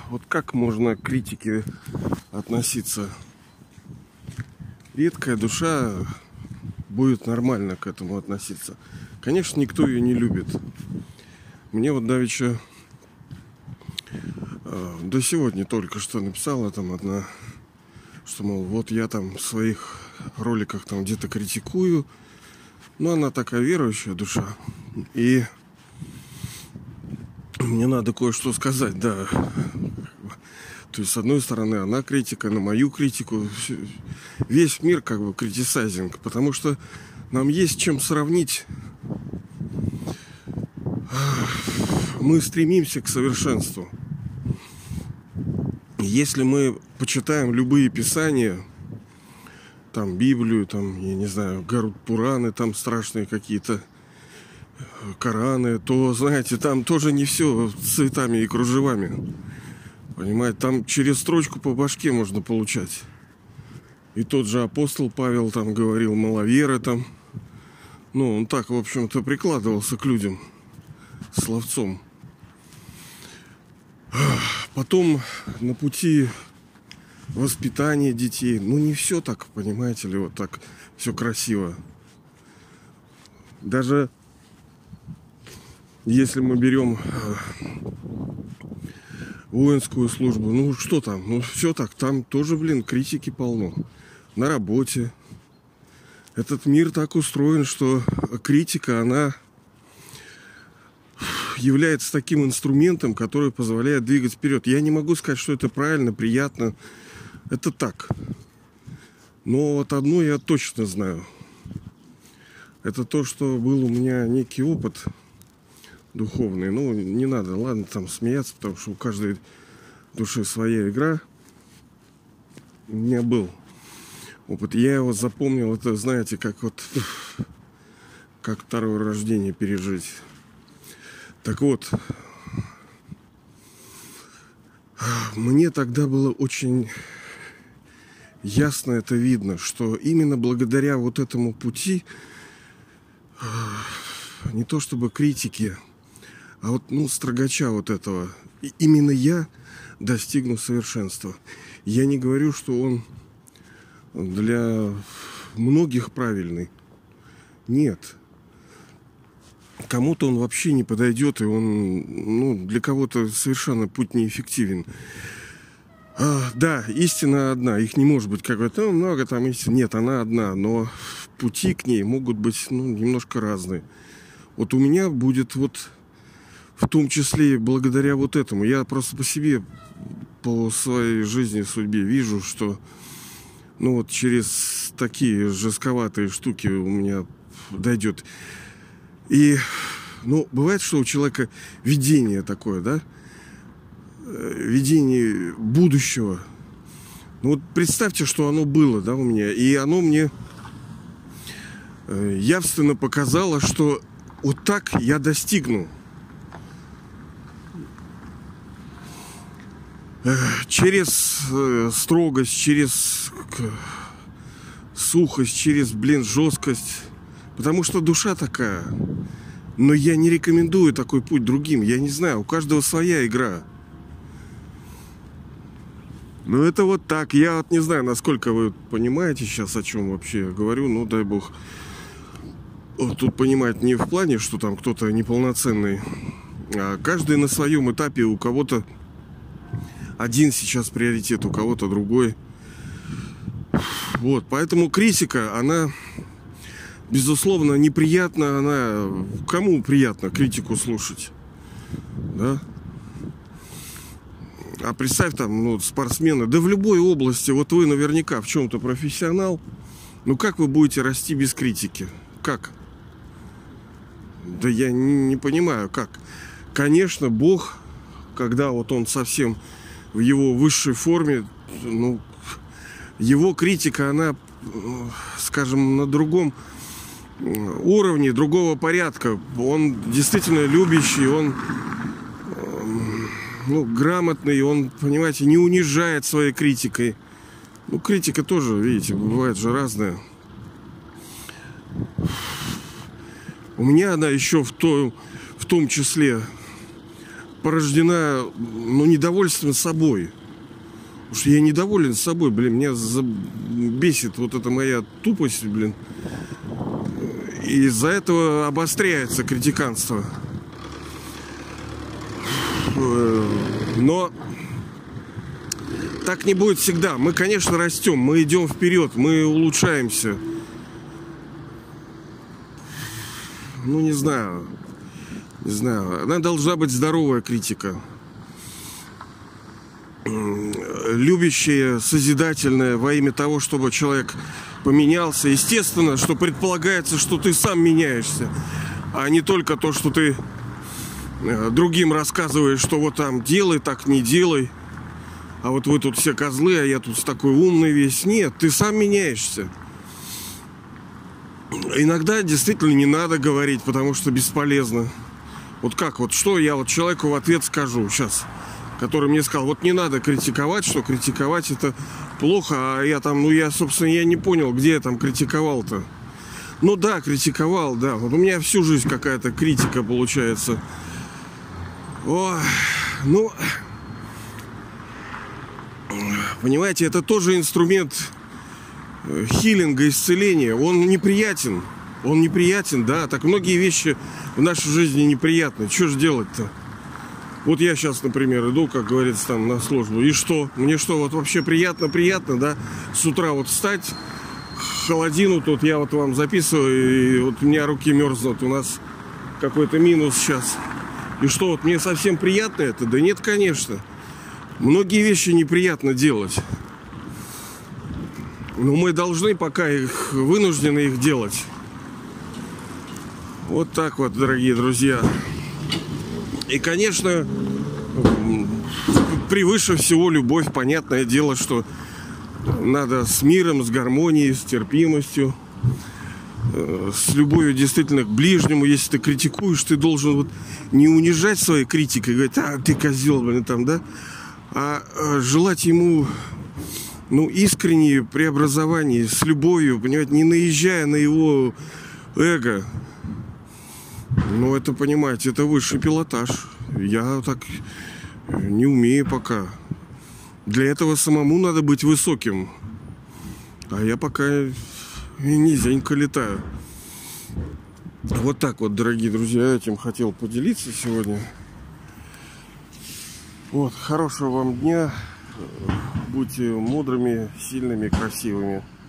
Вот как можно к критике относиться? Редкая душа будет нормально к этому относиться. Конечно, никто ее не любит. Мне вот давеча до сегодня только что написала там одна, что, мол, вот я там в своих роликах там где-то критикую, но она такая верующая душа, и мне надо кое-что сказать, да. То есть, с одной стороны, она критика, на мою критику. Весь мир как бы критисайзинг, потому что нам есть чем сравнить. Мы стремимся к совершенству. Если мы почитаем любые писания, там Библию, там, я не знаю, Пураны, там страшные какие-то Кораны, то, знаете, там тоже не все цветами и кружевами. Понимаете, там через строчку по башке можно получать. И тот же апостол Павел там говорил, маловеры там. Ну, он так, в общем-то, прикладывался к людям словцом. Потом на пути воспитания детей, ну, не все так, понимаете ли, вот так все красиво. Даже если мы берем воинскую службу, ну что там, ну все так, там тоже, критики полно. На работе. Этот мир так устроен, что критика, она является таким инструментом, который позволяет двигать вперед. Я не могу сказать, что это правильно, приятно. Это так. Но вот одно я точно знаю. Это то, что был у меня некий опыт духовный. Ну, не надо, ладно, там смеяться, потому что у каждой души своя игра. У меня был опыт. Я его запомнил, это, знаете, как вот как второе рождение пережить. Так вот, мне тогда было очень ясно это видно, что именно благодаря вот этому пути, не то чтобы критики, а вот, строгача вот этого, именно я достигну совершенства. Я не говорю, что он для многих правильный. Нет. Кому-то он вообще не подойдет, и он, для кого-то совершенно путь неэффективен. Да, истина одна. Их не может быть какой-то, много там истин. Нет, она одна, но пути к ней могут быть, немножко разные. Вот у меня будет вот в том числе и благодаря вот этому. Я просто по себе, по своей жизни, судьбе вижу, что через такие жестковатые штуки у меня дойдет. И, бывает, что у человека видение такое, да? Видение будущего. Вот представьте, что оно было, да, у меня. И оно мне явственно показало, что вот так я достигну. Через строгость, через сухость, через, жесткость. Потому что душа такая. Но я не рекомендую такой путь другим. Я не знаю, у каждого своя игра. Но это вот так. Я вот не знаю, насколько вы понимаете сейчас, о чем вообще я говорю. Дай бог. Вот тут понимать не в плане, что там кто-то неполноценный. А каждый на своем этапе. У кого-то один сейчас приоритет, у кого-то другой. Вот, поэтому критика, она, безусловно, неприятна. Она... Кому приятно критику слушать? Да? А представь там, спортсмены, да в любой области, вот вы наверняка в чем-то профессионал, как вы будете расти без критики? Как? Да я не понимаю, как. Конечно, Бог, когда вот он совсем в его высшей форме, его критика, она, скажем, на другом уровне, другого порядка. Он действительно любящий, он грамотный, он, понимаете, не унижает своей критикой. Критика тоже, видите, бывает же разная. У меня она еще в том числе порождена, ну, недовольством собой. Потому что я недоволен собой, блин, меня бесит вот эта моя тупость, блин. И из-за этого обостряется критиканство. Но так не будет всегда. Мы, конечно, растем, мы идем вперед, мы улучшаемся. Ну, не знаю. Не знаю. Она должна быть здоровая критика. Любящая, созидательная, во имя того, чтобы человек поменялся. Естественно, что предполагается, что ты сам меняешься, а не только то, что ты другим рассказываешь, что вот там делай, так не делай. А вот вы тут все козлы, а я тут такой умный весь. Нет, ты сам меняешься. Иногда действительно не надо говорить, потому что бесполезно. Вот как, вот что я вот человеку в ответ скажу сейчас, который мне сказал, вот не надо критиковать, что критиковать это плохо, а я там, ну я, собственно, я не понял, где я там критиковал-то. Ну да, критиковал, да. Вот у меня всю жизнь какая-то критика получается. Ой, ну, понимаете, это тоже инструмент хилинга, исцеления. Он неприятен. Он неприятен, да. Так многие вещи в нашей жизни неприятны. Что же делать-то? Вот я сейчас, например, иду, как говорится, там на службу. И что? Мне что, вот вообще приятно, да? С утра вот встать, холодину тут я вот вам записываю, и вот у меня руки мерзнут. У нас какой-то минус сейчас. И что, вот мне совсем приятно это? Да нет, конечно. Многие вещи неприятно делать. Но мы должны пока их, вынуждены их делать. Вот так вот, дорогие друзья. И, конечно, превыше всего любовь. Понятное дело, что надо с миром, с гармонией, с терпимостью, с любовью действительно к ближнему. Если ты критикуешь, ты должен вот не унижать своей критикой, говорить, а ты козел, блин, там, да, а желать ему, ну, искреннее преобразование, с любовью, понимаете, не наезжая на его эго. Ну, это, понимаете, это высший пилотаж. Я так не умею пока. Для этого самому надо быть высоким. А я пока низенько летаю. Вот так вот, дорогие друзья, этим хотел поделиться сегодня. Вот, хорошего вам дня. Будьте мудрыми, сильными, красивыми.